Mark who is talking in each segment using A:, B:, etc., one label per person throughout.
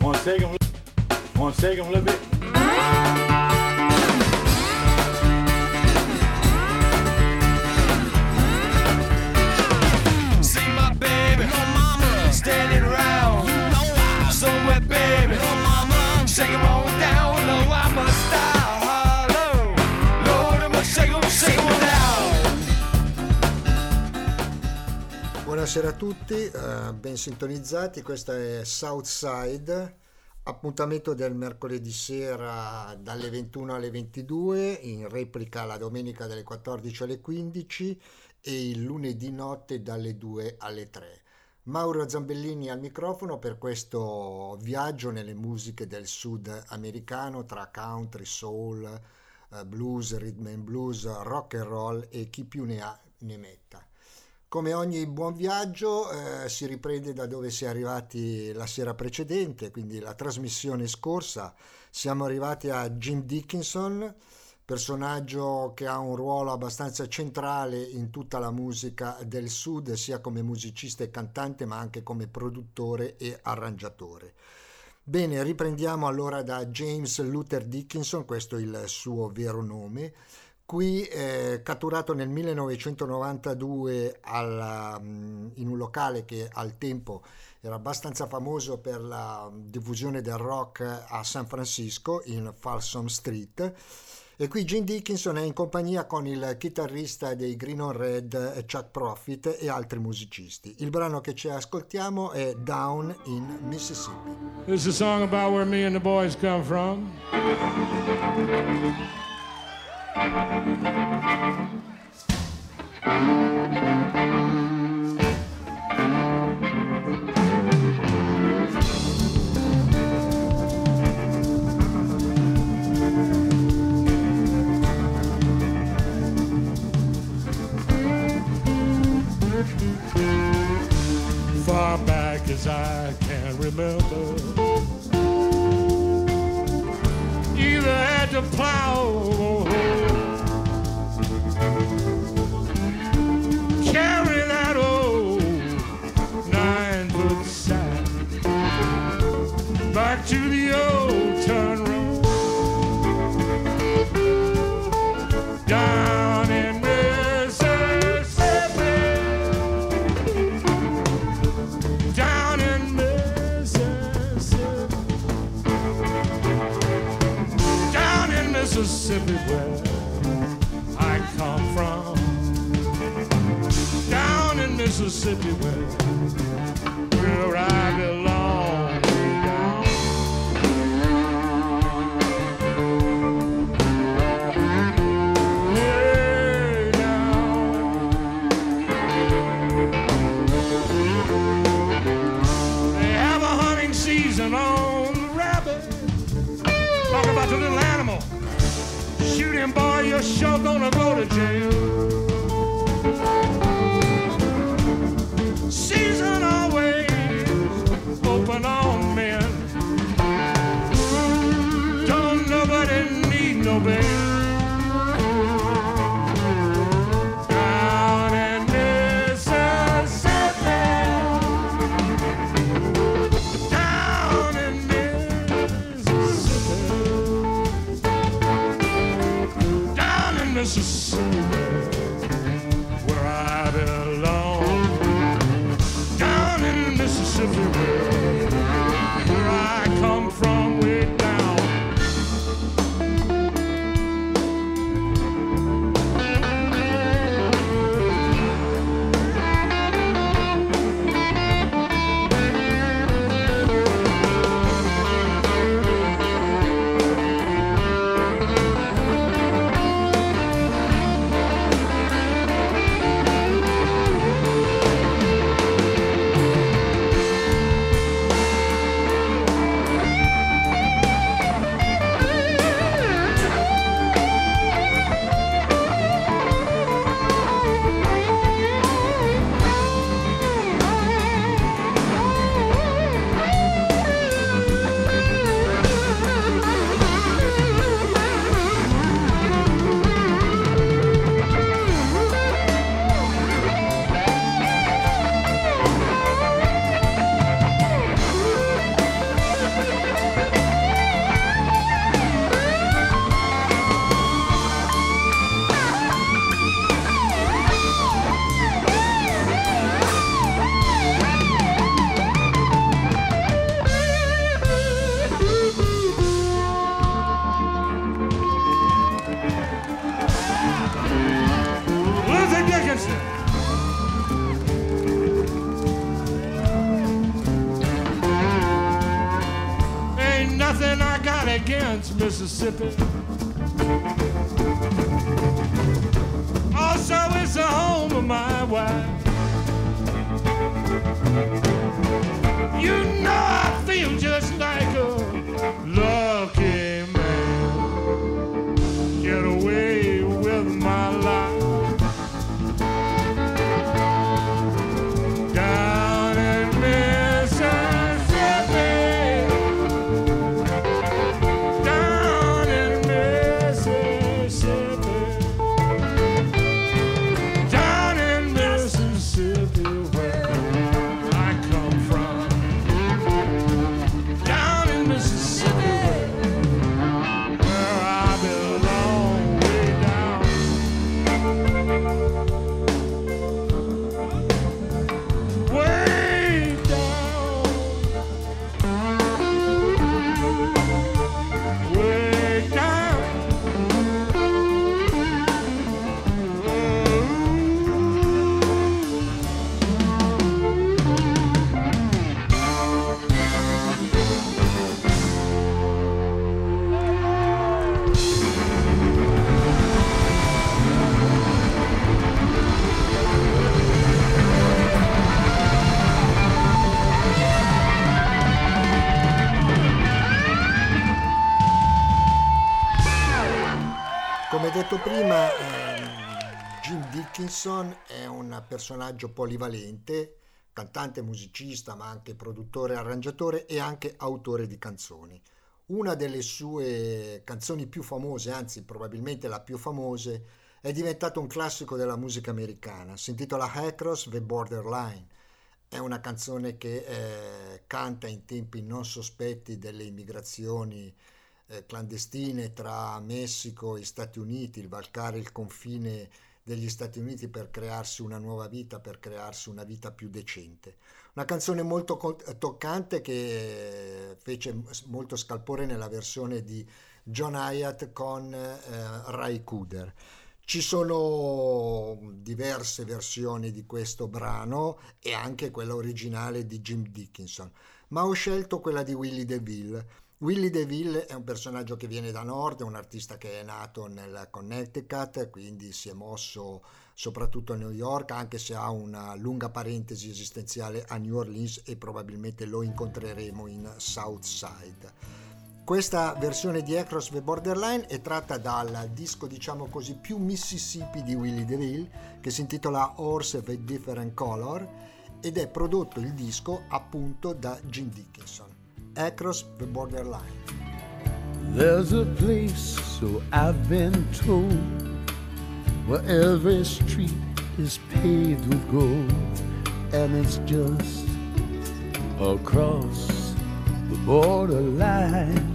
A: Want to shake 'em a little bit? See my baby, no mama, standing around. No somewhere, baby, no mama, shake 'em on down. No, I'm a star. Lord, I'm a shake 'em down.
B: Buonasera a tutti, ben sintonizzati. Questa è Southside. Appuntamento del mercoledì sera dalle 21 alle 22, in replica la domenica dalle 14 alle 15 e il lunedì notte dalle 2 alle 3. Mauro Zambellini al microfono per questo viaggio nelle musiche del sud americano tra country, soul, blues, rhythm and blues, rock and roll e chi più ne ha ne metta. Come ogni buon viaggio si riprende da dove si è arrivati la sera precedente, quindi la trasmissione scorsa. Siamo arrivati a Jim Dickinson, personaggio che ha un ruolo abbastanza centrale in tutta la musica del sud, sia come musicista e cantante, ma anche come produttore e arrangiatore. Bene, riprendiamo allora da James Luther Dickinson, questo è il suo vero nome. Qui catturato nel 1992 in un locale che al tempo era abbastanza famoso per la diffusione del rock a San Francisco, in Folsom Street. E qui Jim Dickinson è in compagnia con il chitarrista dei Green on Red, Chuck Prophet, e altri musicisti. Il brano che ci ascoltiamo è Down in Mississippi.
C: This is a song about where me and the boys come from. Far back as I can remember, either had to plow, carry that old 9-foot sack back to the old turn road down in Mississippi, down in Mississippi, down in Mississippi where I come from, down in Mississippi where I belong, down. Way down. They have a hunting season on the rabbit. Talk about the little animal. Shoot him, boy, you're sure gonna go to jail. Season always open on men. Don't nobody need no bail. Down in Mississippi, down in Mississippi, down in Mississippi. against Mississippi. Also, it's the home of my wife. You know I feel just like a lucky man. Get away with my life. Down in Mississippi. Down in Mississippi. Down in Mississippi where I come from. Down in Mississippi where I belong, way down. Way down. Way down.
B: Come detto prima, Jim Dickinson è un personaggio polivalente, cantante, musicista, ma anche produttore, arrangiatore e anche autore di canzoni. Una delle sue canzoni più famose, anzi probabilmente la più famosa, è diventato un classico della musica americana. Si intitola Across the Borderline. È una canzone che canta in tempi non sospetti delle immigrazioni clandestine tra Messico e Stati Uniti, il varcare il confine degli Stati Uniti per crearsi una nuova vita, per crearsi una vita più decente. Una canzone molto toccante che fece molto scalpore nella versione di John Hiatt con Ray Cooder. Ci sono diverse versioni di questo brano e anche quella originale di Jim Dickinson, ma ho scelto quella di Willie DeVille. Willie DeVille è un personaggio che viene da nord, è un artista che è nato nel Connecticut, quindi si è mosso soprattutto a New York, anche se ha una lunga parentesi esistenziale a New Orleans e probabilmente lo incontreremo in South Side. Questa versione di Across the Borderline è tratta dal disco, diciamo così, più Mississippi di Willie DeVille, che si intitola Horse of a Different Color, ed è prodotto il disco appunto da Jim Dickinson. Across the Borderline.
D: There's a place, so I've been told, where every street is paved with gold, and it's just across the borderline.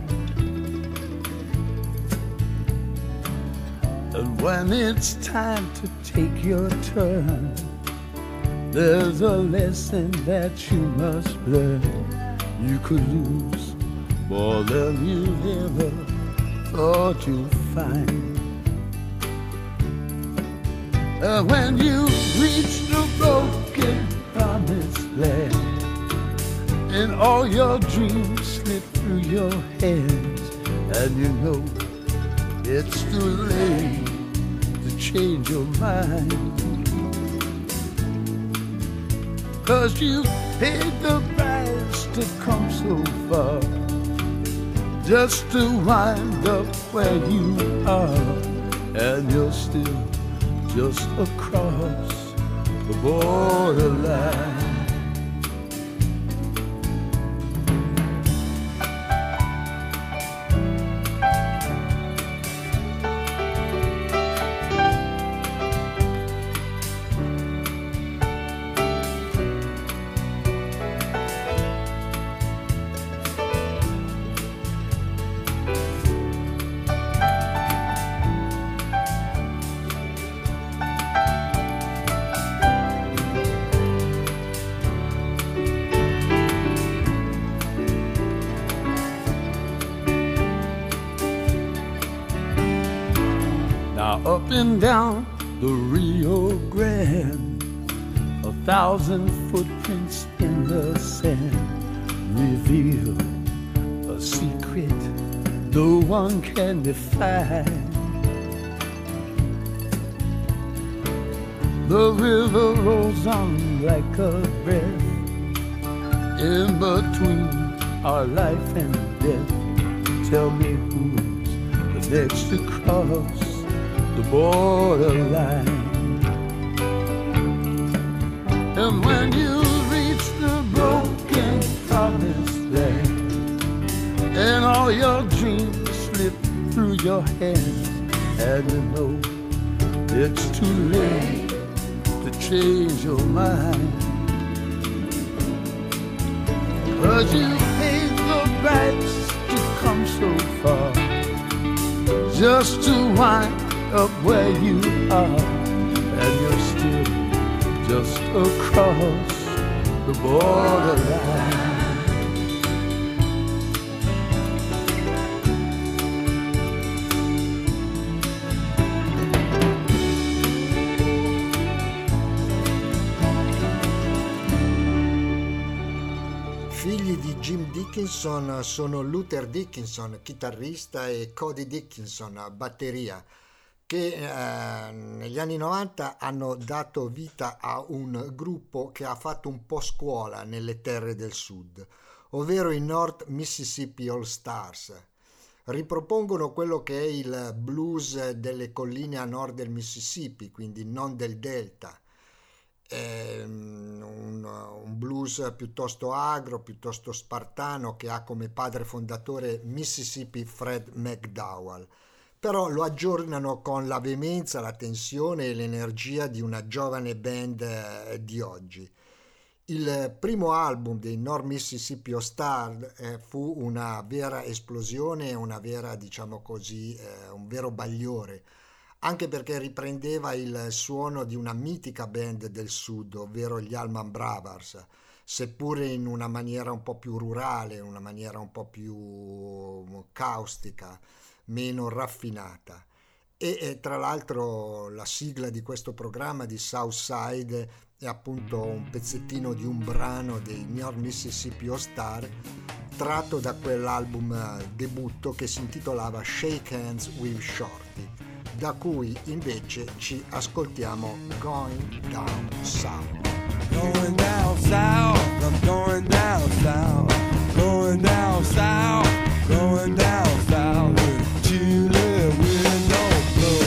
D: And when it's time to take your turn, there's a lesson that you must learn. You could lose more than you ever thought you'd find. And when you reach the broken promised land, and all your dreams slip through your hands, and you know it's too late to change your mind, 'cause you paid the price to come so far, just to wind up where you are, and you're still just across the borderline. Up and down the Rio Grande, 1,000 footprints in the sand reveal a secret no one can define. The river rolls on like a breath in between our life and death. Tell me who's the next to cross the borderline. And when you reach the broken promised land, and all your dreams slip through your hands, and you know it's too late to change your mind. 'Cause you paid the price to come so far, just to wind up where you are, and you're still just across the borderline.
B: Figli di Jim Dickinson sono Luther Dickinson, chitarrista, e Cody Dickinson, batteria, che negli anni 90 hanno dato vita a un gruppo che ha fatto un po' scuola nelle terre del sud, ovvero i North Mississippi All Stars. Ripropongono quello che è il blues delle colline a nord del Mississippi, quindi non del delta. Un blues piuttosto agro, piuttosto spartano, che ha come padre fondatore Mississippi Fred McDowell, però lo aggiornano con la veemenza, la tensione e l'energia di una giovane band di oggi. Il primo album dei North Mississippi All Stars fu una vera esplosione, una vera, diciamo così, un vero bagliore, anche perché riprendeva il suono di una mitica band del sud, ovvero gli Allman Brothers, seppure in una maniera un po' più rurale, una maniera un po' più caustica, meno raffinata. E tra l'altro la sigla di questo programma di Southside è appunto un pezzettino di un brano dei North Mississippi All Stars, tratto da quell'album debutto che si intitolava Shake Hands with Shorty, da cui invece ci ascoltiamo Going Down South.
A: Going down south, I'm going down south, going down south, going down south, with chilly wind don't blow.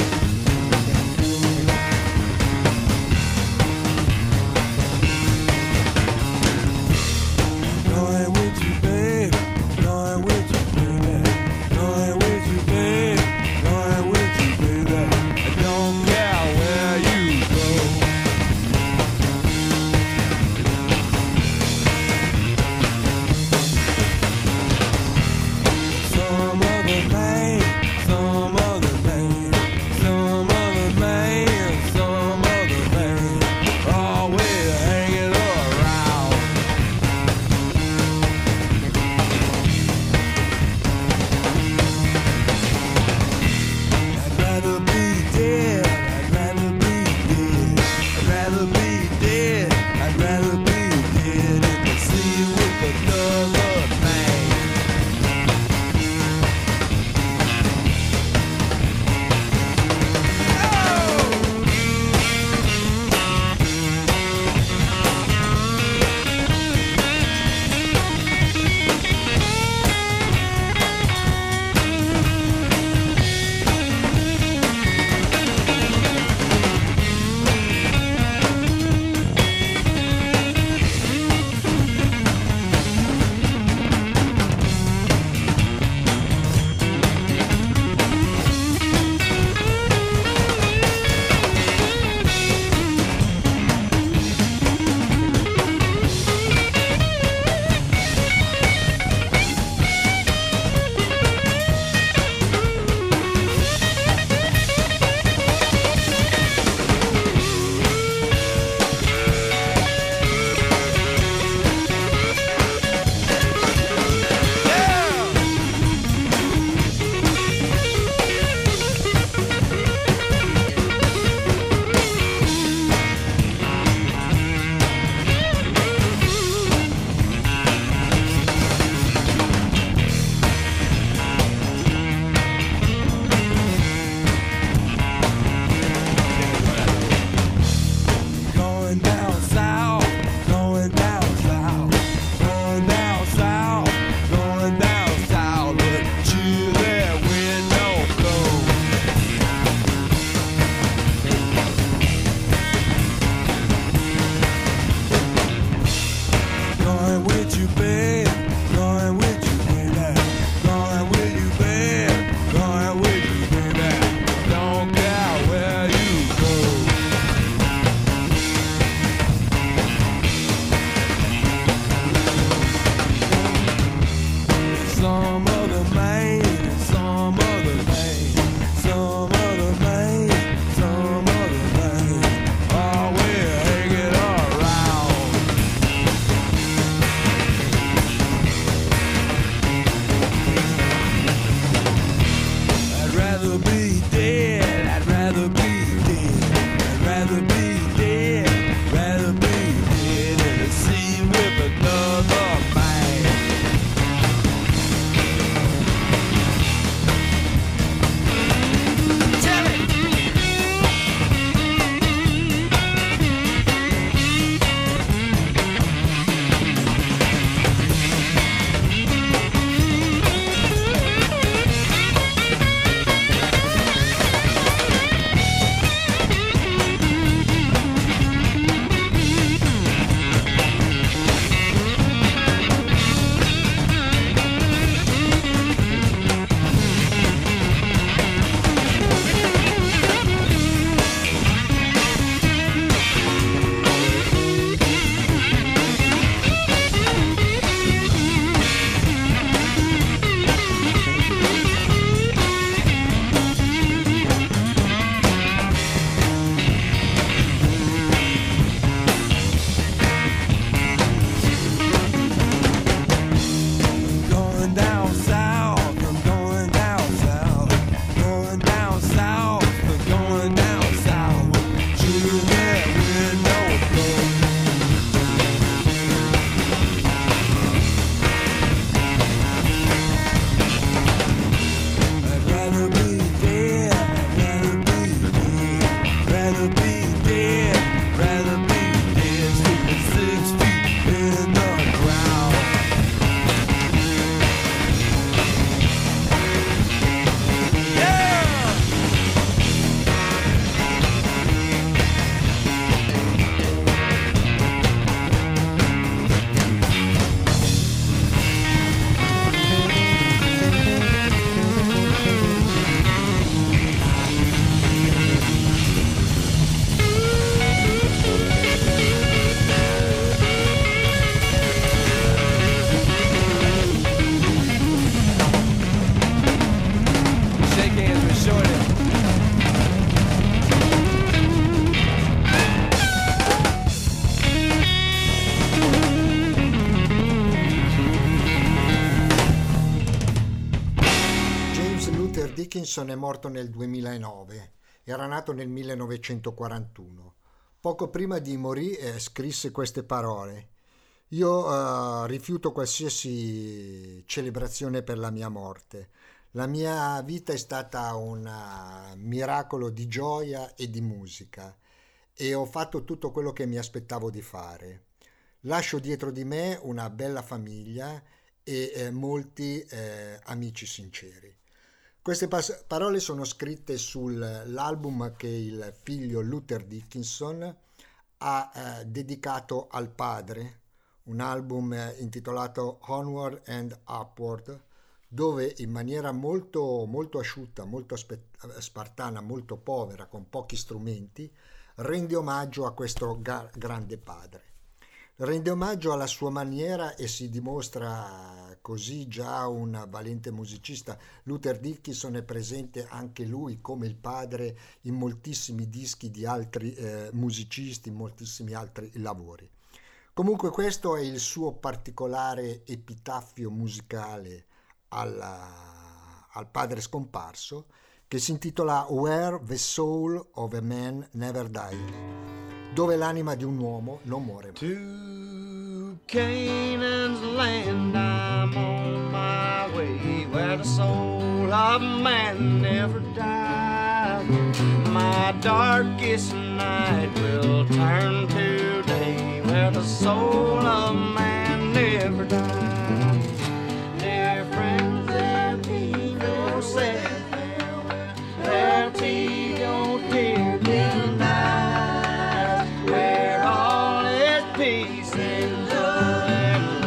A: Going with you, babe, going with you, baby, going with you, babe, going with you, baby. I don't care where you go. Going with you, babe. Going with you, baby. Going with you, babe. Going with you, baby. Don't care where you go. Some other man, some other man, some other man, some other man. Oh, we'll hang it around. I'd rather be dead, I'd rather be dead, I'd rather be dead, rather be dead in the sea with another man. Tell it. Going down south, I'm going down south. Going down south, I'm going down south. Shooting that window floor. I'd rather be dead, I'd rather be dead, rather be dead, rather be dead, sleeping 6 feet in the ground. Yeah! Shake hands with Shorty.
B: James Luther Dickinson è morto nel 2009, era nato nel 1941. Poco prima di morire scrisse queste parole: io rifiuto qualsiasi celebrazione per la mia morte. La mia vita è stata un miracolo di gioia e di musica e ho fatto tutto quello che mi aspettavo di fare. Lascio dietro di me una bella famiglia e molti amici sinceri. Queste parole sono scritte sull'album che il figlio Luther Dickinson ha dedicato al padre, un album intitolato Onward and Upward, dove in maniera molto, molto asciutta, molto spartana, molto povera, con pochi strumenti, rende omaggio a questo grande padre. Rende omaggio alla sua maniera e si dimostra così già un valente musicista. Luther Dickinson è presente anche lui come il padre in moltissimi dischi di altri musicisti, in moltissimi altri lavori. Comunque questo è il suo particolare epitaffio musicale al padre scomparso, che si intitola Where the Soul of a Man Never Died, dove l'anima di un uomo non muore mai.
E: To Canaan's land I'm on my way, where the soul of man never died. My darkest night will turn to day, where the soul of man never died. Dear friends, their people say their teeth don't hear tonight, where all is peace and joy and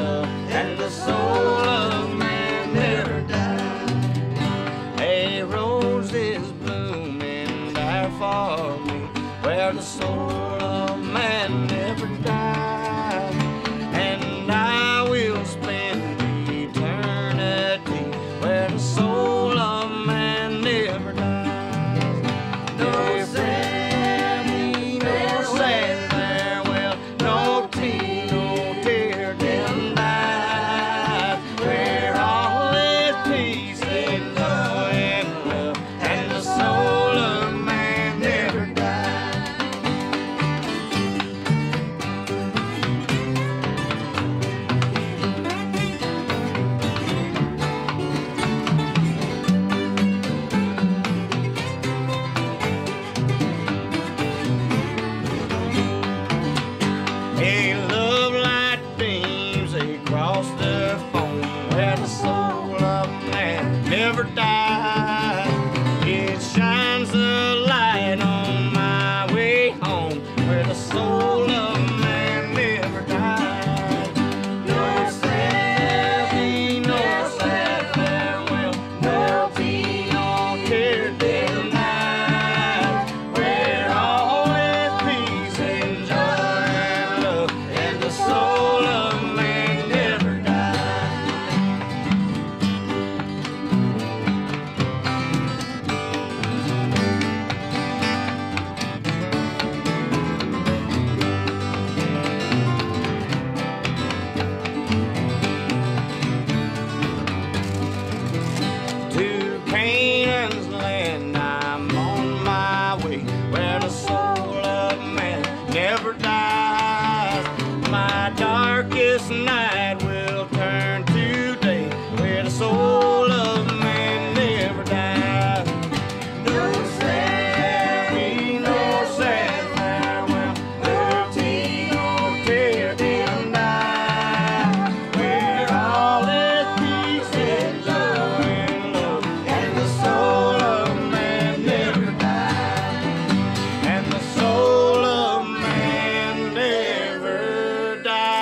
E: darkest night will turn to day, where the soul of man never dies. No sad, we no sad farewell, no tea, no tear, dim night, where all is peace and love and love, and the soul of man never dies, and the soul of man never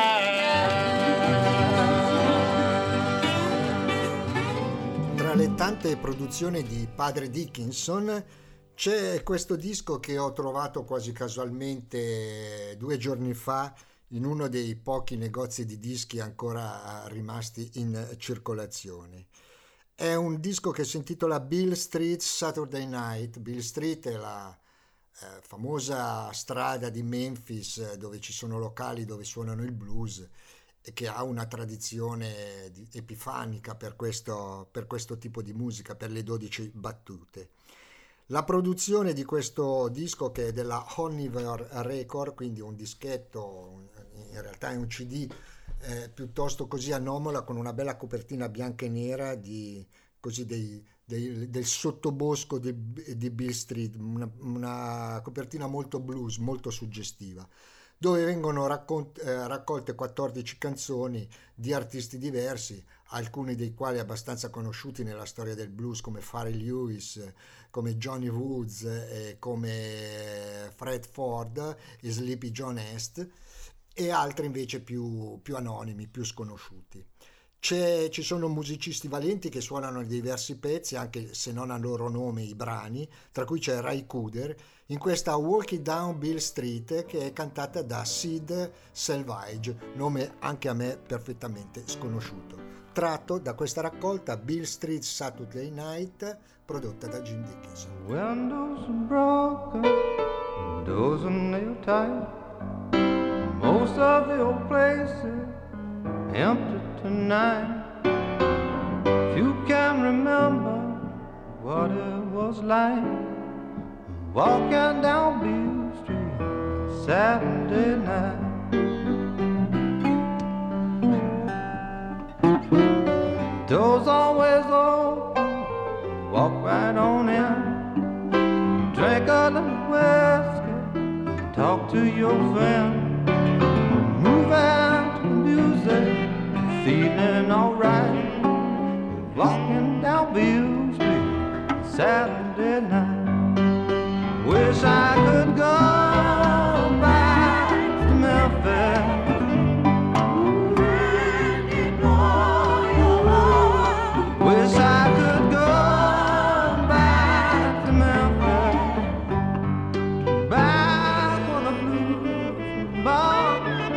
E: dies.
B: Tra le tante produzioni di padre Dickinson c'è questo disco che ho trovato quasi casualmente 2 giorni fa in uno dei pochi negozi di dischi ancora rimasti in circolazione. È un disco che si intitola Beale Street Saturday Night. Beale Street è la famosa strada di Memphis dove ci sono locali dove suonano il blues e che ha una tradizione epifanica per questo tipo di musica, per le 12 battute. La produzione di questo disco, che è della Omniver Record, quindi un dischetto, in realtà è un CD piuttosto così anomala, con una bella copertina bianca e nera del sottobosco di Beale Street, una copertina molto blues, molto suggestiva, dove vengono raccolte 14 canzoni di artisti diversi, alcuni dei quali abbastanza conosciuti nella storia del blues, come Pharrell Lewis, come Johnny Woods, come Fred Ford e Sleepy John Est, e altri invece più anonimi, più sconosciuti. Ci sono musicisti valenti che suonano diversi pezzi, anche se non a loro nome i brani, tra cui c'è Ray Cooder in questa Walking Down Beale Street, che è cantata da Sid Selvage, nome anche a me perfettamente sconosciuto, tratto da questa raccolta Beale Street Saturday Night, prodotta da Jim Dickinson.
F: Windows are broken, doors are nailed tight. Most of the old places empty tonight. If you can remember what it was like walking down Beale Street Saturday night. Doors always open, walk right on in, drink a little whiskey, talk to your friend, move out to the music, feeling alright, walking down Beale Street Saturday night. Wish I could go back to Memphis. Wish I could go back to Memphis, back when the blues were born.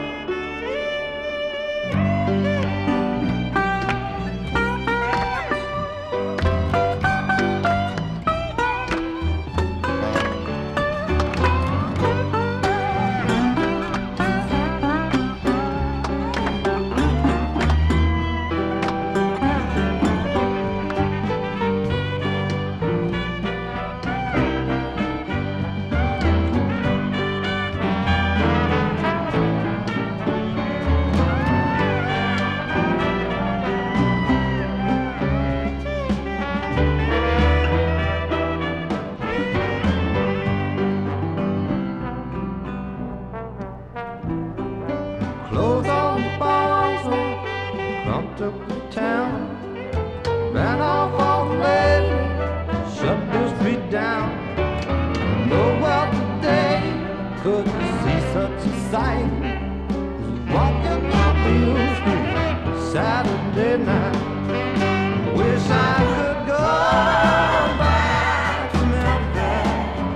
F: Closed all the bars, crumped up the town, ran off all the ladies, shut the street down. Oh well, today couldn't see such a sight, walking down Beale Street Saturday night. Wish I could go back to Memphis.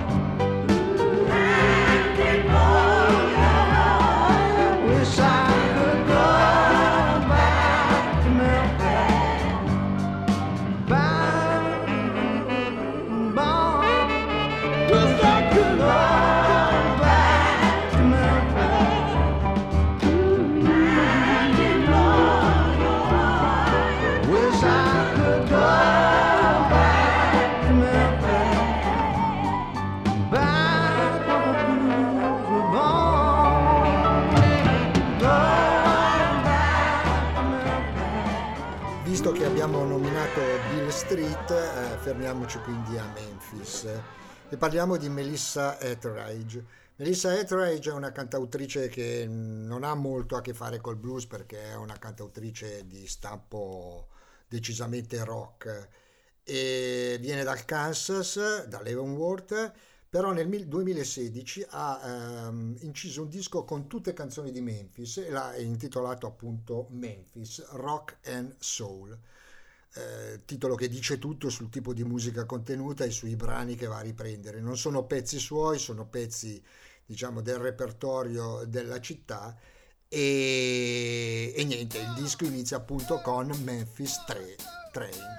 F: Wish I could go back to Memphis, back, wish I could go back to Memphis.
B: Visto che abbiamo nominato Bill Street, fermiamoci quindi a Memphis e parliamo di Melissa Etheridge. Melissa Etheridge è una cantautrice che non ha molto a che fare col blues perché è una cantautrice di stampo decisamente rock e viene dal Kansas, da Leavenworth, però nel 2016 ha inciso un disco con tutte canzoni di Memphis e l'ha intitolato appunto Memphis Rock and Soul, titolo che dice tutto sul tipo di musica contenuta e sui brani che va a riprendere. Non sono pezzi suoi, sono pezzi diciamo del repertorio della città e niente, il disco inizia appunto con Memphis Train.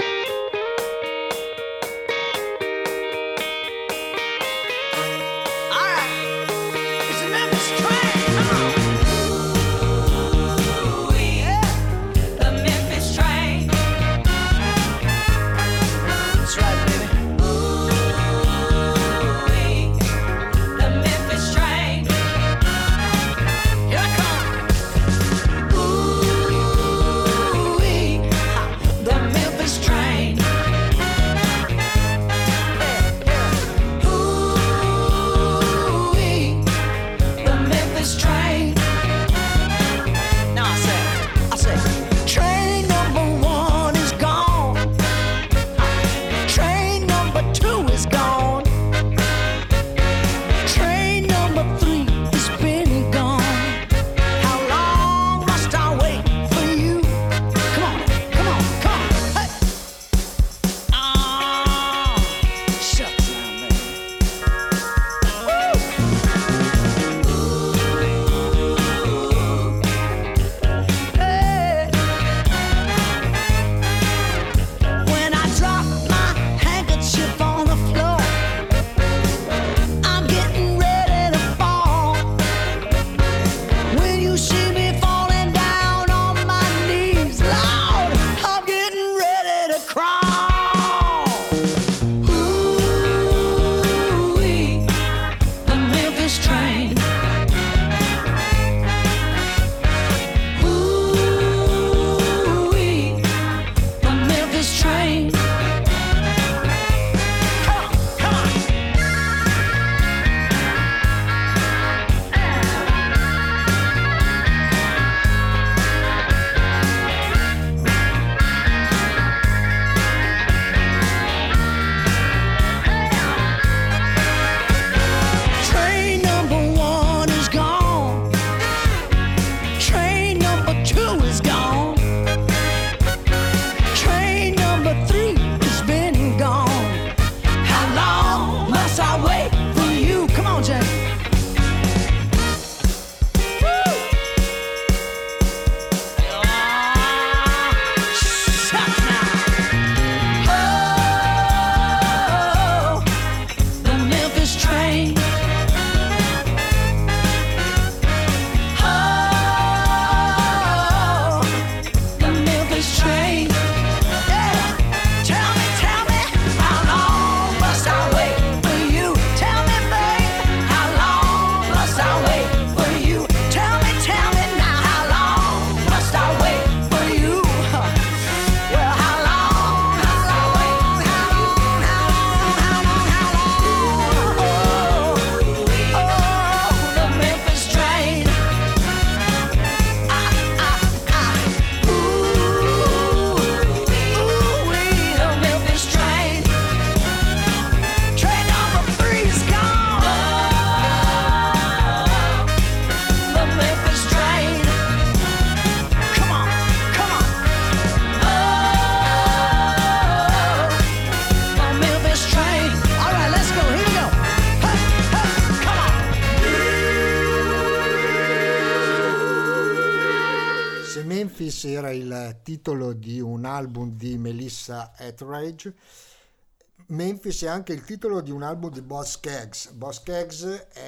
B: Memphis era il titolo di un album di Melissa Etheridge. Memphis è anche il titolo di un album di Boz Scaggs. Boz Scaggs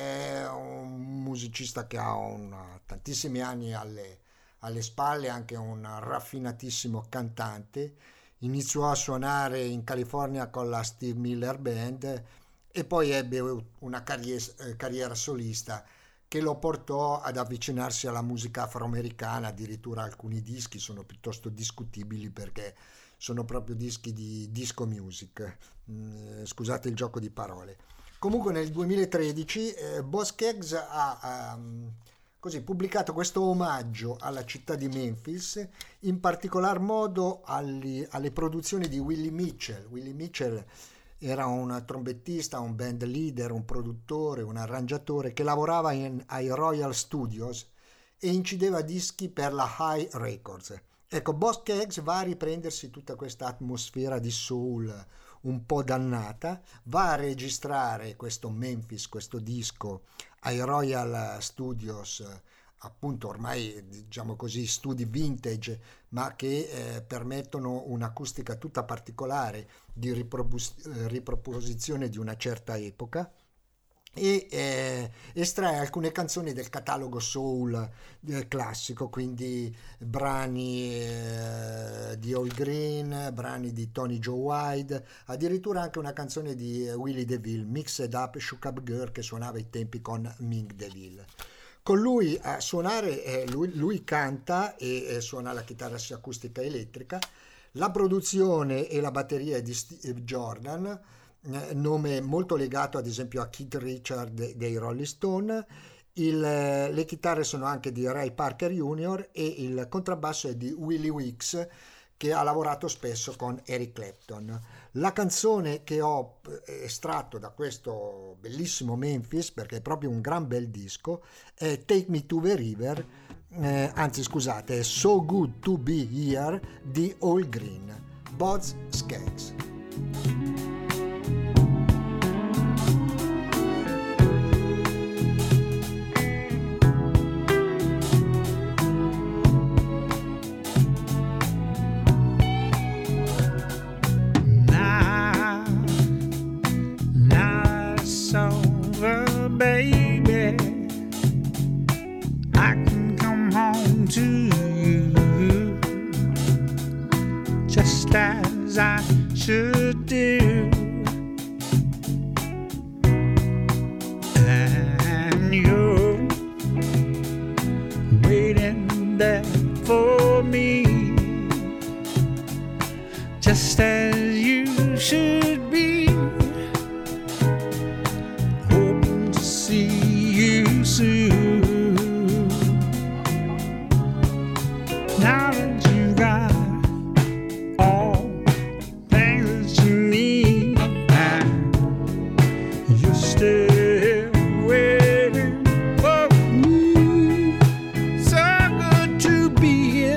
B: è un musicista che ha tantissimi anni alle spalle, anche un raffinatissimo cantante. Iniziò a suonare in California con la Steve Miller Band e poi ebbe una carriera solista che lo portò ad avvicinarsi alla musica afroamericana. Addirittura alcuni dischi sono piuttosto discutibili perché sono proprio dischi di disco music, scusate il gioco di parole. Comunque nel 2013 Boz Scaggs ha così pubblicato questo omaggio alla città di Memphis, in particolar modo alle produzioni di Willie Mitchell. Willie Mitchell era un trombettista, un band leader, un produttore, un arrangiatore che lavorava ai Royal Studios e incideva dischi per la High Records. Ecco, Boz Scaggs va a riprendersi tutta questa atmosfera di soul un po' dannata, va a registrare questo Memphis, questo disco ai Royal Studios, appunto ormai diciamo così studi vintage, ma che permettono un'acustica tutta particolare di riproposizione di una certa epoca, e estrae alcune canzoni del catalogo soul classico, quindi brani di Al Green, brani di Tony Joe White, addirittura anche una canzone di Willie DeVille, Mixed Up Shook Up Girl, che suonava ai tempi con Mink DeVille. Con lui a suonare, lui canta e suona la chitarra sia acustica e elettrica. La produzione e la batteria è di Steve Jordan, nome molto legato ad esempio a Keith Richards dei Rolling Stone. Le chitarre sono anche di Ray Parker Jr. e il contrabbasso è di Willie Weeks, che ha lavorato spesso con Eric Clapton. La canzone che ho estratto da questo bellissimo Memphis, perché è proprio un gran bel disco, è Take Me to the River, anzi scusate, è So Good to Be Here di Al Green. Boz Scaggs.
C: Baby, I can come home to you just as I should do, and you're waiting there for me just as you should be. Soon. Now that you got all things that you need, and you're still waiting for me. So good to be here,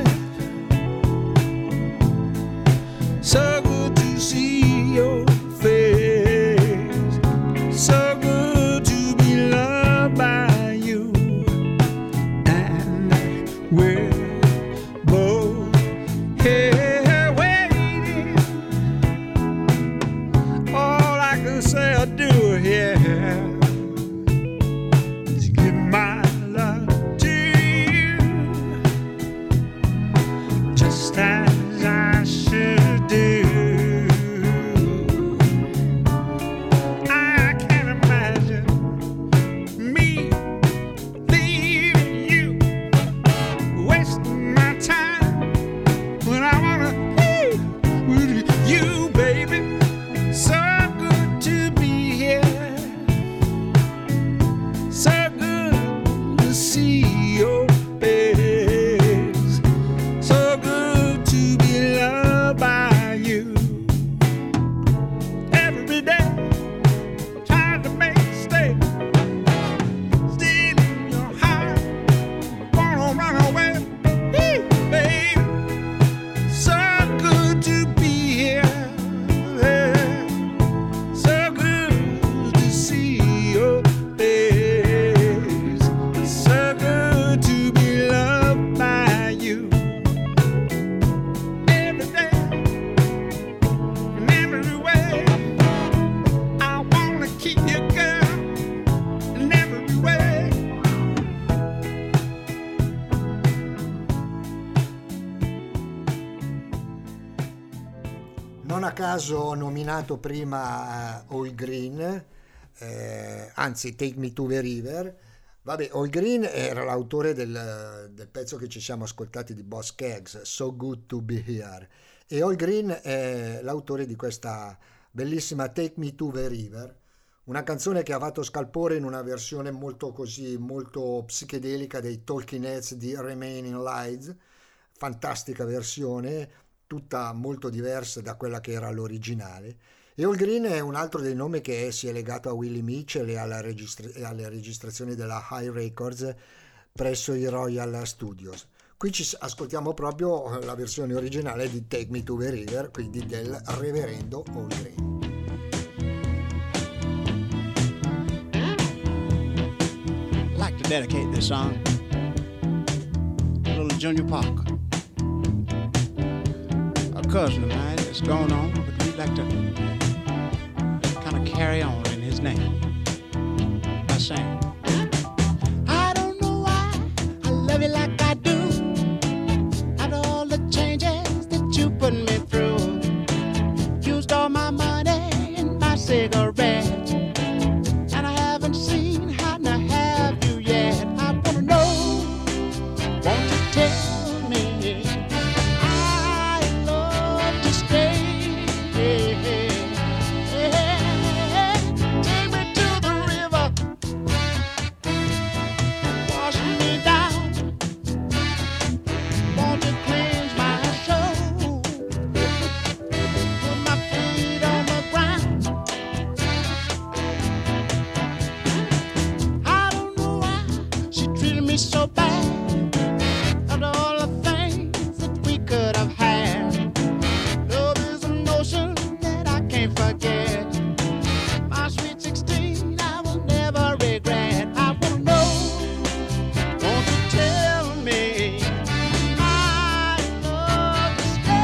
C: so good to see your face, so good to be loved by you, and we're both here waiting. All I can say or do here is give my love to you, just as I should do. I can't imagine me leaving you, wasting my time when I wanna be with you, baby. So good to be here, so good to see your face, so good to be loved by you. Every day trying to make a stay, stealing your heart, wanna run away, baby. So good to be here, so good to see your face, so good to be loved by you. Every day, in every way, I wanna keep you, girl, in every way.
B: Non a caso ho nominato prima Al Green, anzi Take Me to the River. Vabbè, Al Green era l'autore del pezzo che ci siamo ascoltati di Boss Skaggs, So Good to Be Here, e Al Green è l'autore di questa bellissima Take Me to the River, una canzone che ha fatto scalpore in una versione molto psichedelica dei Talking Heads di Remaining Lights, fantastica versione, tutta molto diversa da quella che era l'originale. E Al Green è un altro dei nomi che si è legato a Willie Mitchell e alle registrazioni della High Records presso i Royal Studios. Qui ci ascoltiamo proprio la versione originale di Take Me to the River, quindi del reverendo Al Green.
G: I'd like to dedicate this song to little Junior Parker, a cousin of mine that's gone on, but we'd like to kind of carry on in his name by saying, I don't know why I love you like I do, after all the changes that you put me through. Used all my money and my cigarettes, and I haven't seen how to have you yet. I wanna know, won't you tell me I love to stay? Take me to the river, wash me down. Won't you cleanse my soul? Put my feet on the ground. I don't know why she treated me so bad. After all the things that we could have had, love is an notion that I can't forget. My sweet 16, I will never regret. I wanna know, won't you tell me I love to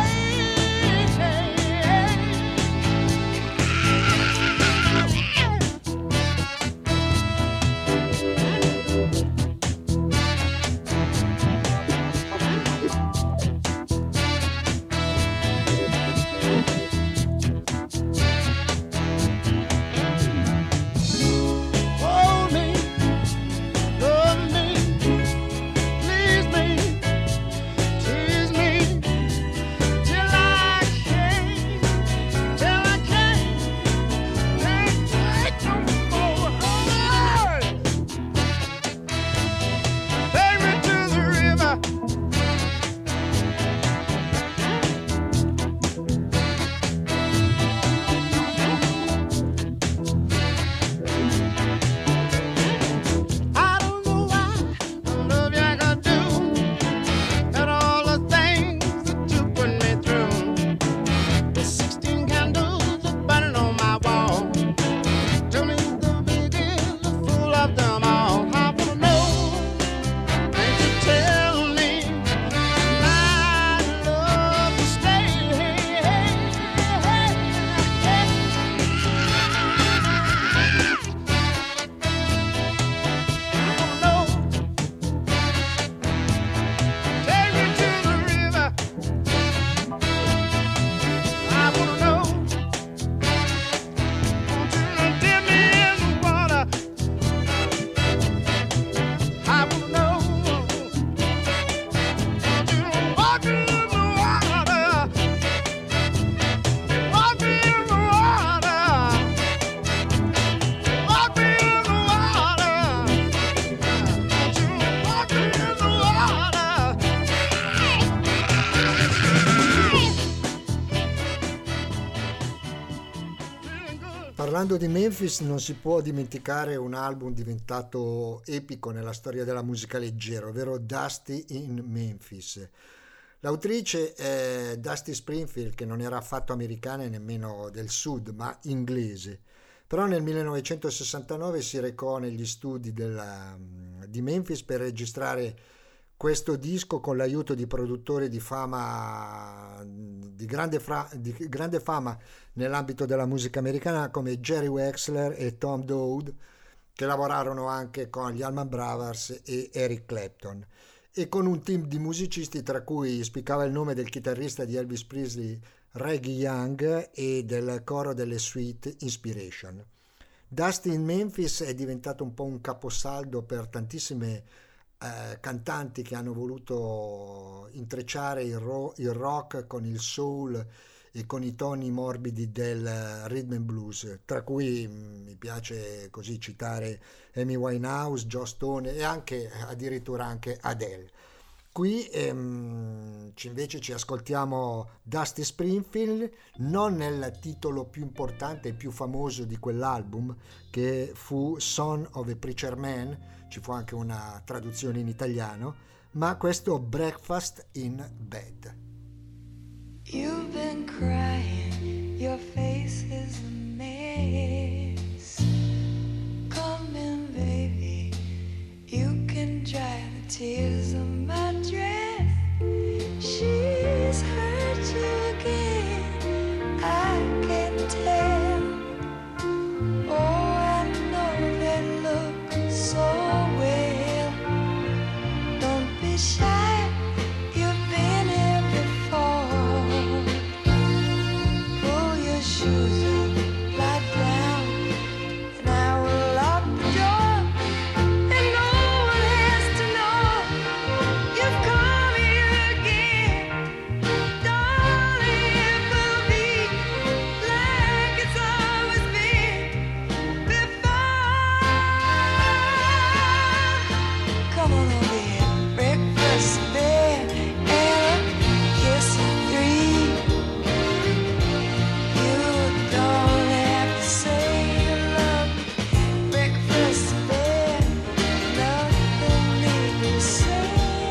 G: hold me, love me, please me, tease me, till I can't take no more. Take me to the river. I don't know why I love you like I do, and all the things that you put me through. The 16 candles are burning on my wall. Tell me the biggest, the fool of them all. I wanna know, can't you tell me I love to stay? Take me to the river. I wanna know, won't you dip me in the water? I wanna know, won't you walk me in the water? Walk me in the water. Walk me in the water. Won't you walk me in the water? Feeling good.
B: Parlando di Memphis non si può dimenticare un album diventato epico nella storia della musica leggera, ovvero Dusty in Memphis. L'autrice è Dusty Springfield, che non era affatto americana e nemmeno del sud, ma inglese. Però nel 1969 si recò negli studi di Memphis per registrare questo disco con l'aiuto di produttori di grande fama nell'ambito della musica americana come Jerry Wexler e Tom Dowd, che lavorarono anche con gli Allman Brothers e Eric Clapton, e con un team di musicisti tra cui spiccava il nome del chitarrista di Elvis Presley Reggie Young e del coro delle Sweet Inspiration. Dusty in Memphis è diventato un po' un caposaldo per tantissime cantanti che hanno voluto intrecciare il rock con il soul e con i toni morbidi del rhythm and blues, tra cui mi piace così citare Amy Winehouse, Joss Stone e anche addirittura anche Adele. Qui invece ci ascoltiamo Dusty Springfield, non nel titolo più importante e più famoso di quell'album, che fu Son of a Preacher Man, ci fu anche una traduzione in italiano, ma questo Breakfast in Bed.
H: You've been crying, your face is a mess. Come in, baby, you can dry the tears of my dress. She's hurt you again, I can tell. Oh, I know that look so well. Don't be shy, you've been here before. Pull your shoes up, lie down, and I will lock the door, and no one has to know you've come here again. Darling, it will be like it's always been before. Come on over here, breakfast in bed, and a kiss at 3. You don't have to say you love me. Breakfast in bed, nothing need to say.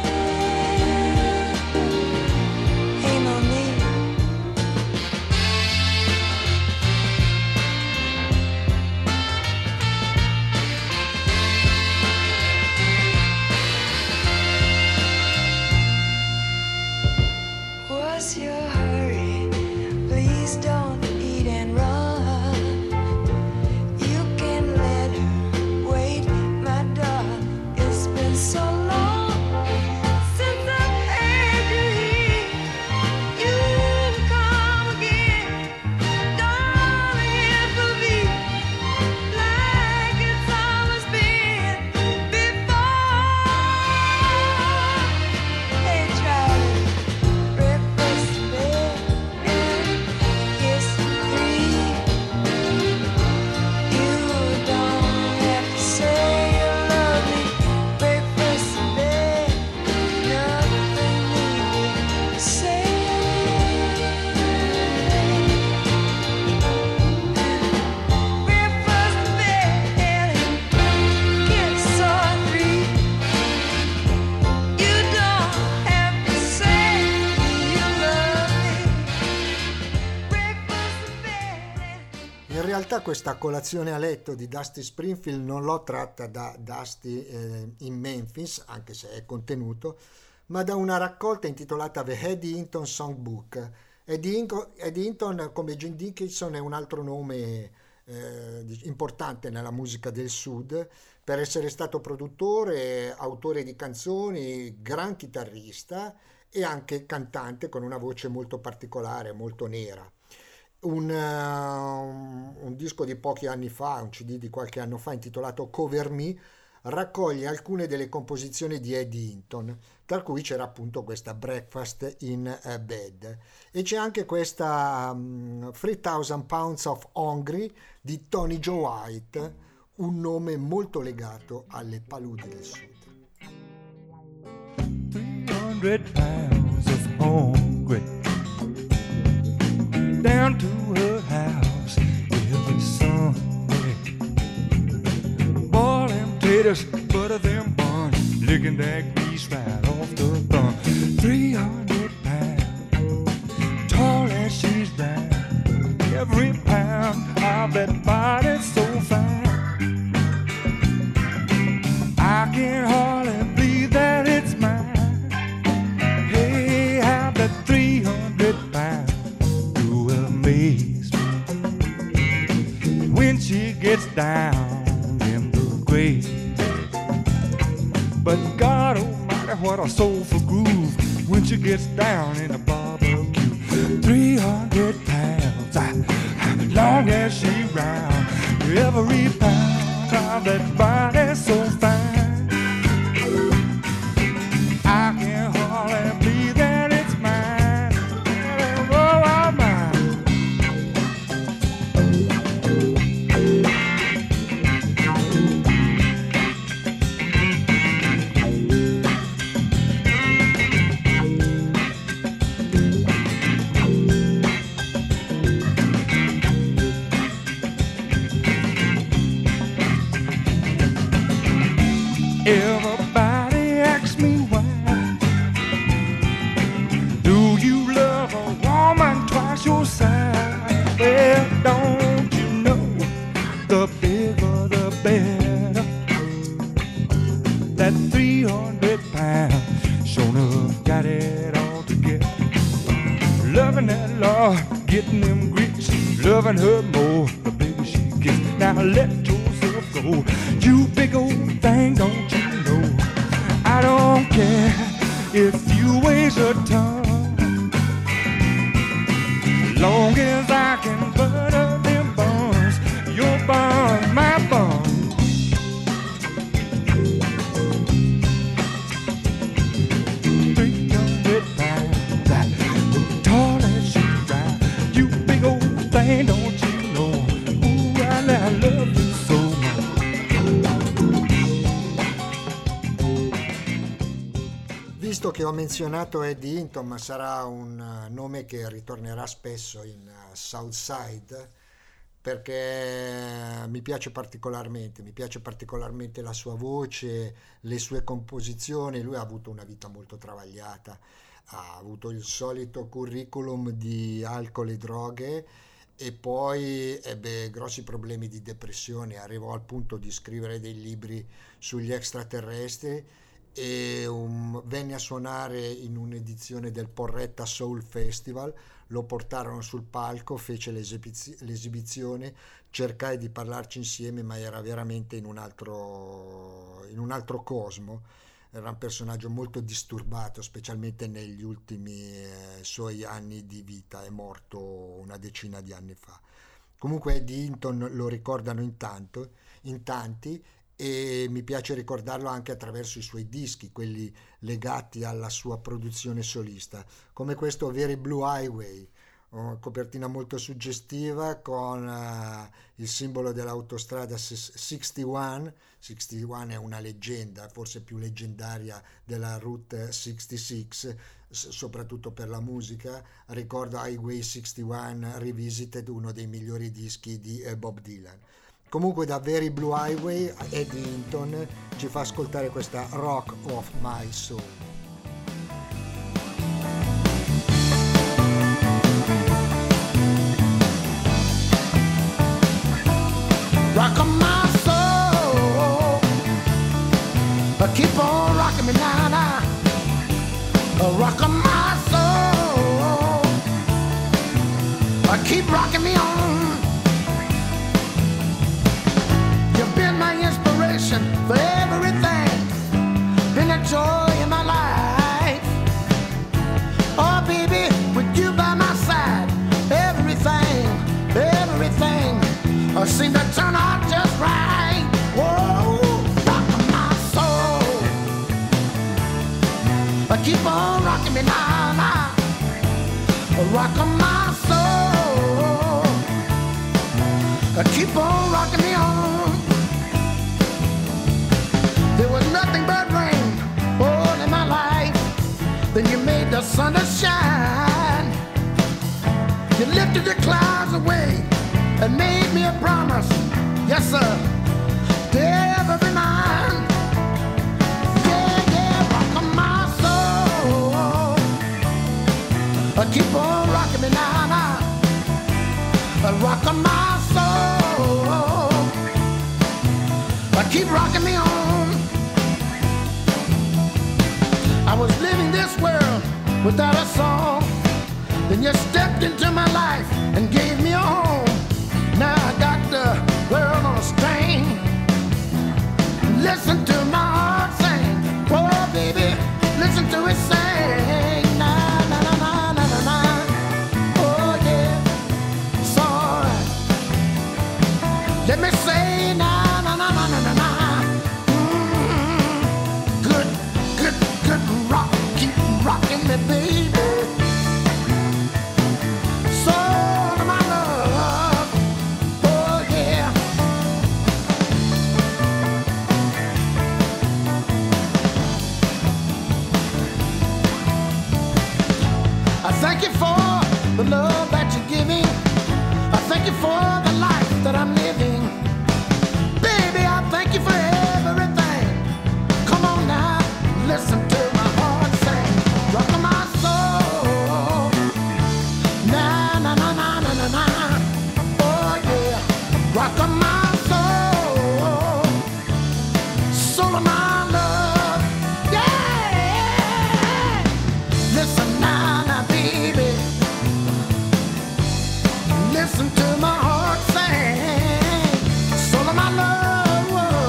H: Ain't no need. What's your hurry? Please don't eat and run. You can let her wait, my darling. It's been so long since I've had you here. You come again, darling. It will be like it's always been before. Hey, try breakfast in bed and kiss at 3. You don't have to say you love me. Breakfast in bed, nothing need to say. Breakfast in bed and kiss at 3. You don't have to say you love me. Breakfast in bed.
B: In realtà questa colazione a letto di Dusty Springfield non l'ho tratta da Dusty in Memphis, anche se è contenuto, ma da una raccolta intitolata The Eddie Hinton Songbook. Eddie Hinton, come Jim Dickinson, è un altro nome importante nella musica del Sud, per essere stato produttore, autore di canzoni, gran chitarrista e anche cantante con una voce molto particolare, molto nera. Un disco di pochi anni fa, un CD di qualche anno fa intitolato Cover Me, raccoglie alcune delle composizioni di Eddie Hinton, tra cui c'era appunto questa Breakfast in Bed, e c'è anche questa 3000 Pounds of Hungry di Tony Joe White, un nome molto legato alle paludi del Sud.
C: 300 pounds of hungry down to her house every Sunday. Boiling potatoes, butter them buns, licking that grease right off the bun. 300 pounds, tall as she's round. Every pound of that body's so fine. I can hardly believe that it's mine. Hey, how that 300 pounds do amaze me when she gets down in the grave. But God almighty, what a soulful groove when she gets down in the barbecue. 300 pounds, long as she round. every pound of that body so fine. I can hardly believe that it's mine. Oh, oh, mine. Everybody asks me why. Do you love a woman twice your size? Well, don't you know, the bigger the better. That 300 pounds, sure enough, got it all together. Loving that law, getting them grits, loving her more, the bigger she gets. Now let yourself go, you big old thing, don't you know? I don't care if you weigh a ton, long as I can butter them buns, your bun, my bun. 300 pounds, that tall as you ride, you big old thing, don't you know? Ooh, I love you so much.
B: Visto che ho menzionato Eddie Hinton, ma sarà un nome che ritornerà spesso in Southside, perché mi piace particolarmente la sua voce, le sue composizioni. Lui ha avuto una vita molto travagliata, ha avuto il solito curriculum di alcol e droghe e poi ebbe grossi problemi di depressione, arrivò al punto di scrivere dei libri sugli extraterrestri e venne a suonare in un'edizione del Porretta Soul Festival. Lo portarono sul palco, fece l'esibizione, cercai di parlarci insieme, ma era veramente in un altro cosmo. Era un personaggio molto disturbato, specialmente negli ultimi suoi anni di vita. È morto una decina di anni fa. Comunque Eddie Hinton lo ricordano in tanti, e mi piace ricordarlo anche attraverso i suoi dischi, quelli legati alla sua produzione solista, come questo Very Blue Highway, copertina molto suggestiva con il simbolo dell'autostrada 61. 61 è una leggenda, forse più leggendaria della Route 66, soprattutto per la musica. Ricordo Highway 61 Revisited, uno dei migliori dischi di Bob Dylan. Comunque da Very Blue Highway Eddie Hinton ci fa ascoltare questa Rock of My Soul.
D: Rock of my soul, keep on rocking me now, now. Rock of my soul, keep rocking me on. You've been my inspiration for everything, been a joy in my life. Oh baby, with you by my side, everything seemed to turn out just right. Whoa, rock my soul, keep on rocking me now, now. Rock my soul, keep on rocking me on. There was nothing but rain all in my life. Then you made the sun to shine. You lifted the clouds away and made me a promise. Yes, sir, never be mine. Yeah, yeah, rock my soul. Keep on rocking me now, now. Rock my soul. Keep rocking me on. I was living this world without a song. Then you stepped into my life and gave me a home. Now I got the world on a string. Listen to my heart sing. Oh baby, listen to it sing. Na na na na na na na. Oh yeah, it's alright. Let me sing. thank you for the love that you're giving. I thank you for the life that I'm living. Baby, I thank you for everything. Come on now, listen to my heart sing. Rock my soul. Na na na na na na na. Oh yeah, rock my soul. Soul of my love. Yeah. Listen now, now, baby. Listen to my heart sing. Soul of my love.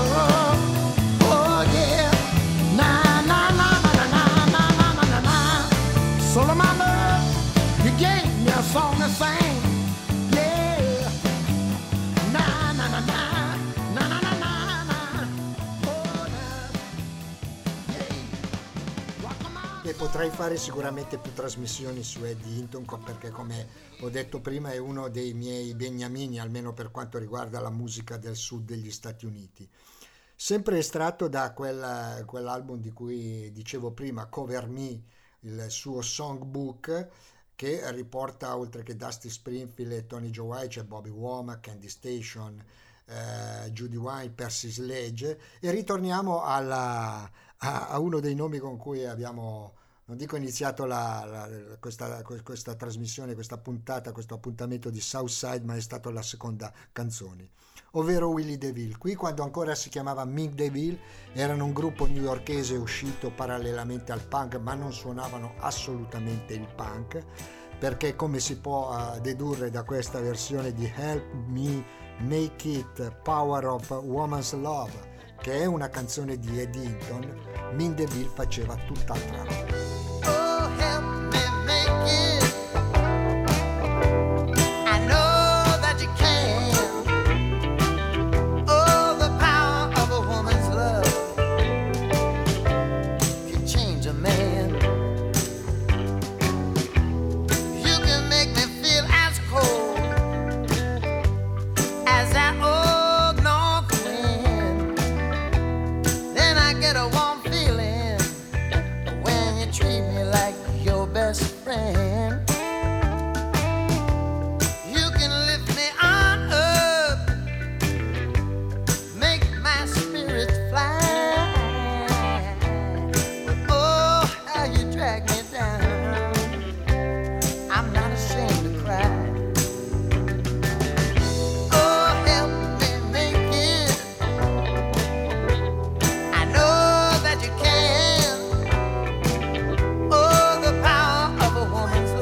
D: Oh yeah. Na na na na na na na na na na. Soul of my love. You gave me a song to sing. Yeah. Na na na na na na na na na. Oh na. Yeah. Rock my
B: E potrei fare sicuramente più trasmissioni su Eddie Hinton perché, come ho detto prima, è uno dei miei beniamini, almeno per quanto riguarda la musica del sud degli Stati Uniti. Sempre estratto da quell'album di cui dicevo prima, Cover Me, il suo songbook, che riporta, oltre che Dusty Springfield e Tony Joe White, c'è Bobby Womack, Candy Station, Judy Wine, Percy Sledge, e ritorniamo a uno dei nomi con cui abbiamo, non dico iniziato questa trasmissione, questa puntata, questo appuntamento di Southside, ma è stata la seconda canzone, ovvero Willie DeVille. Qui, quando ancora si chiamava Mick DeVille, erano un gruppo newyorkese uscito parallelamente al punk, ma non suonavano assolutamente il punk, perché, come si può dedurre da questa versione di Help Me Make It Power of Woman's Love, che è una canzone di Eddie Hinton, Mick DeVille faceva tutt'altra roba.
H: Oh, help me make it. I know that you can. Oh, the power of a woman's love can change a man. You can make me feel as cold as that old north wind. Then I get a warm feeling when you treat me like your best friend. You can lift me on up, make my spirits fly. But oh, how you drag me down, I'm not ashamed to cry. Oh, help me make it. I know that you can. Oh, the power of a woman's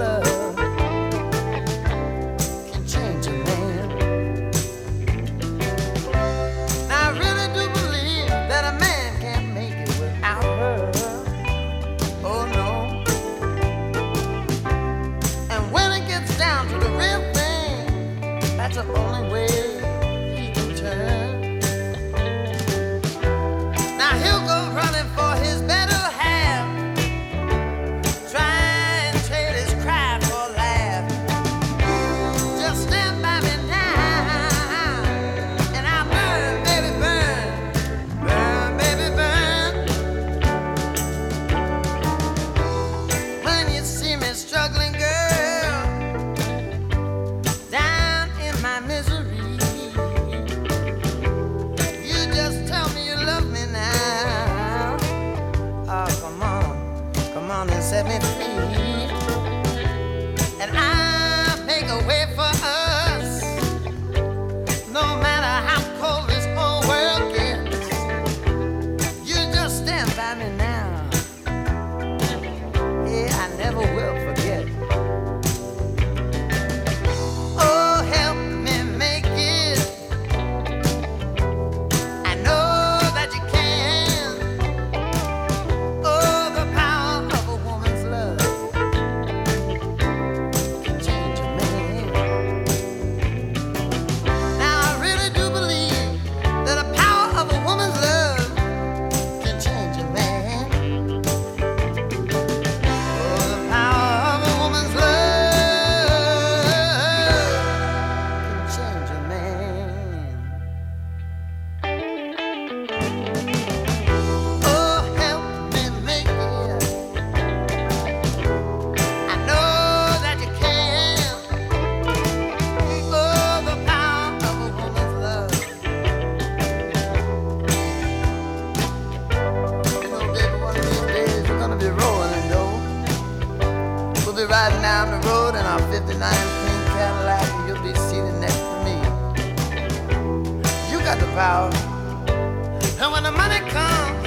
I: be riding down the road in our 59 pink Cadillac, and you'll be seated next to me. You got the power. And when the money comes,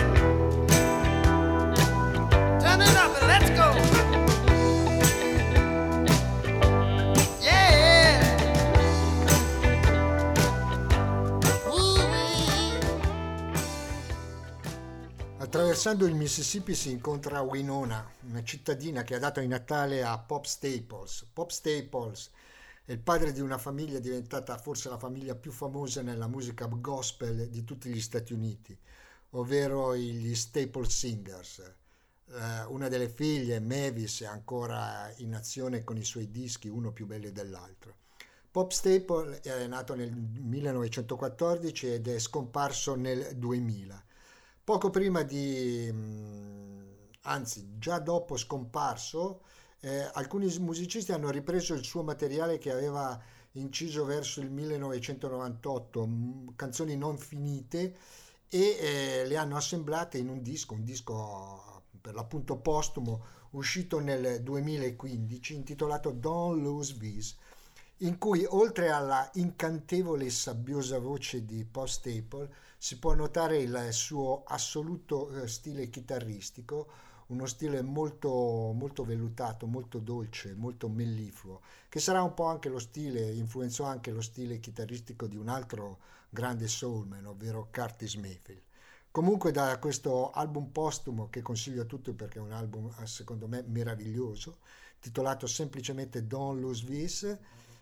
I: turn it up and let's go. Yeah. Ooh-wee.
B: Attraversando il Mississippi si incontra Winona, una cittadina che ha dato il Natale a Pop Staples. Pop Staples è il padre di una famiglia diventata forse la famiglia più famosa nella musica gospel di tutti gli Stati Uniti, ovvero gli Staple Singers. Una delle figlie, Mavis, è ancora in azione con i suoi dischi, uno più bello dell'altro. Pop Staple è nato nel 1914 ed è scomparso nel 2000. Poco prima anzi già dopo scomparso, alcuni musicisti hanno ripreso il suo materiale che aveva inciso verso il 1998, canzoni non finite, e le hanno assemblate in un disco per l'appunto postumo, uscito nel 2015, intitolato Don't Lose This, in cui oltre alla incantevole e sabbiosa voce di Pop Staple si può notare il suo assoluto stile chitarristico, uno stile molto, molto vellutato, molto dolce, molto mellifluo, che sarà un po' anche influenzò anche lo stile chitarristico di un altro grande soulman, ovvero Curtis Mayfield. Comunque da questo album postumo, che consiglio a tutti perché è un album secondo me meraviglioso, titolato semplicemente Don't Lose This,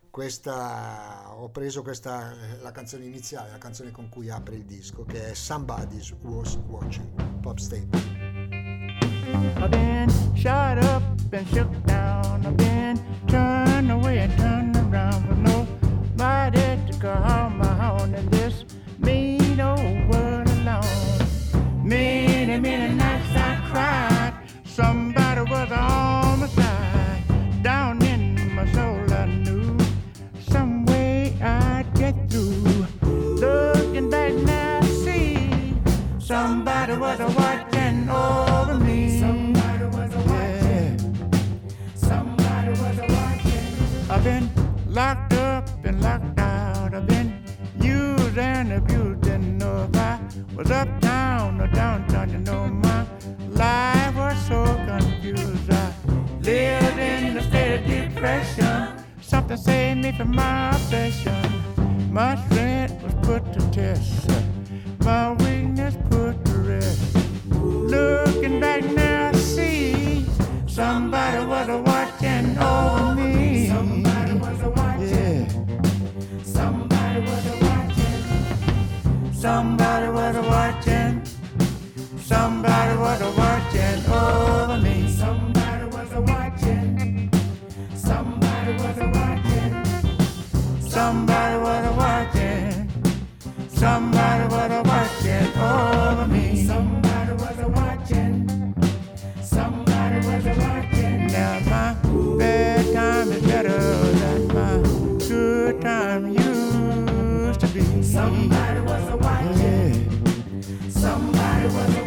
B: ho preso la canzone iniziale, la canzone con cui apre il disco, che è Somebody Was Watching, Pop Staple.
J: I've been shot up and shook down. I've been turned away and turned around with nobody to call my own in this mean old world alone. Many, many nights I cried. Somebody was on my side. Down in my soul I knew some way I'd get through. Looking back now I see somebody was watching over me. Somebody was watching. Somebody was watching. I've been locked up and locked out. I've been used and abused. Didn't know if I was uptown or downtown. You know my life was so confused. I lived in a state of depression. Something saved me from my obsession. My strength was put to test. My weakness put to rest. Looking back now I see somebody was watching over me. Somebody was watching. Yeah. Somebody was watching. Somebody was watching. Somebody was watching over me. Somebody was watching. Somebody was watching. Somebody was watching. Somebody was watching over me. Somebody was watching. Somebody was watching. Now my bad time is better than my good time used to be. Somebody was watching. Yeah. Somebody was watching.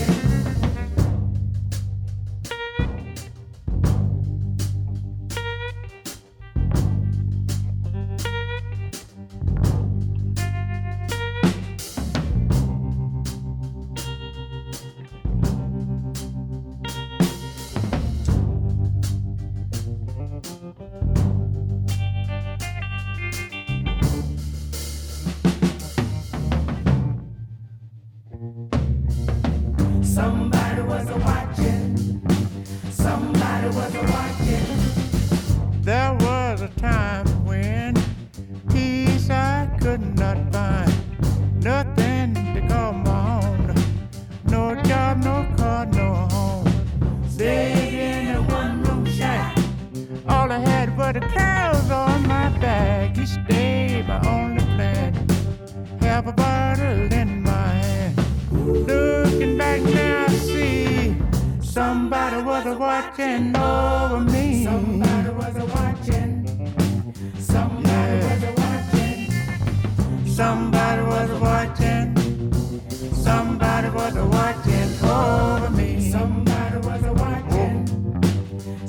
J: Somebody was watching. Somebody was watching. There was a time when peace I could not find. Nothing to call my own. No job, no car, no home. Stayed in a one-room shack. All I had were the clothes on my back. Each day my only plan. Have a bottle in my hand. Looking back now I see somebody was watching over me. Somebody was watching. Somebody was watching. Somebody was watching. Somebody was watching over me. Somebody was watching. Somebody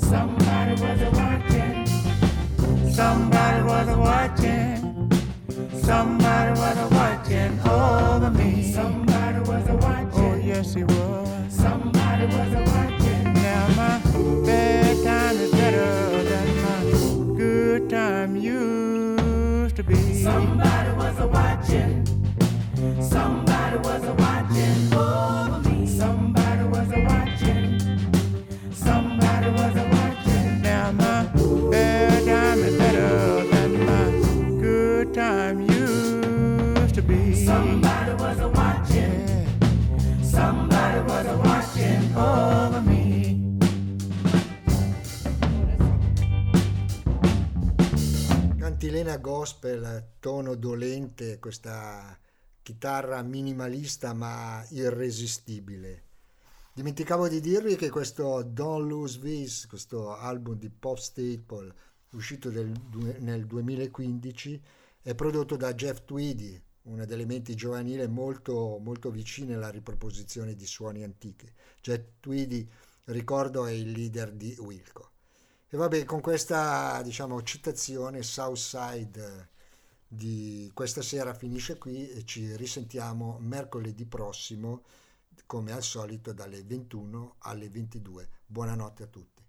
J: Somebody was watching. Somebody was watching. Somebody was watching over me. Somebody was watching. Oh yes, he was. Somebody was watching. Now my bad time is better than my good time used to be. Somebody was watching. Somebody was watching over me. Somebody was watching. Somebody was watching. Now my bad time is better than my good time used to be. Somebody was watching. Somebody was watching over me.
B: Cantilena gospel, tono dolente, questa chitarra minimalista ma irresistibile. Dimenticavo di dirvi che questo Don't Lose This, questo album di Pop Staple uscito nel 2015, è prodotto da Jeff Tweedy, una delle menti giovanili molto, molto vicine alla riproposizione di suoni antichi. Jeff Tweedy, ricordo, è il leader di Wilco. E vabbè, con questa, diciamo, citazione, Southside di questa sera finisce qui e ci risentiamo mercoledì prossimo, come al solito, dalle 21 alle 22. Buonanotte a tutti.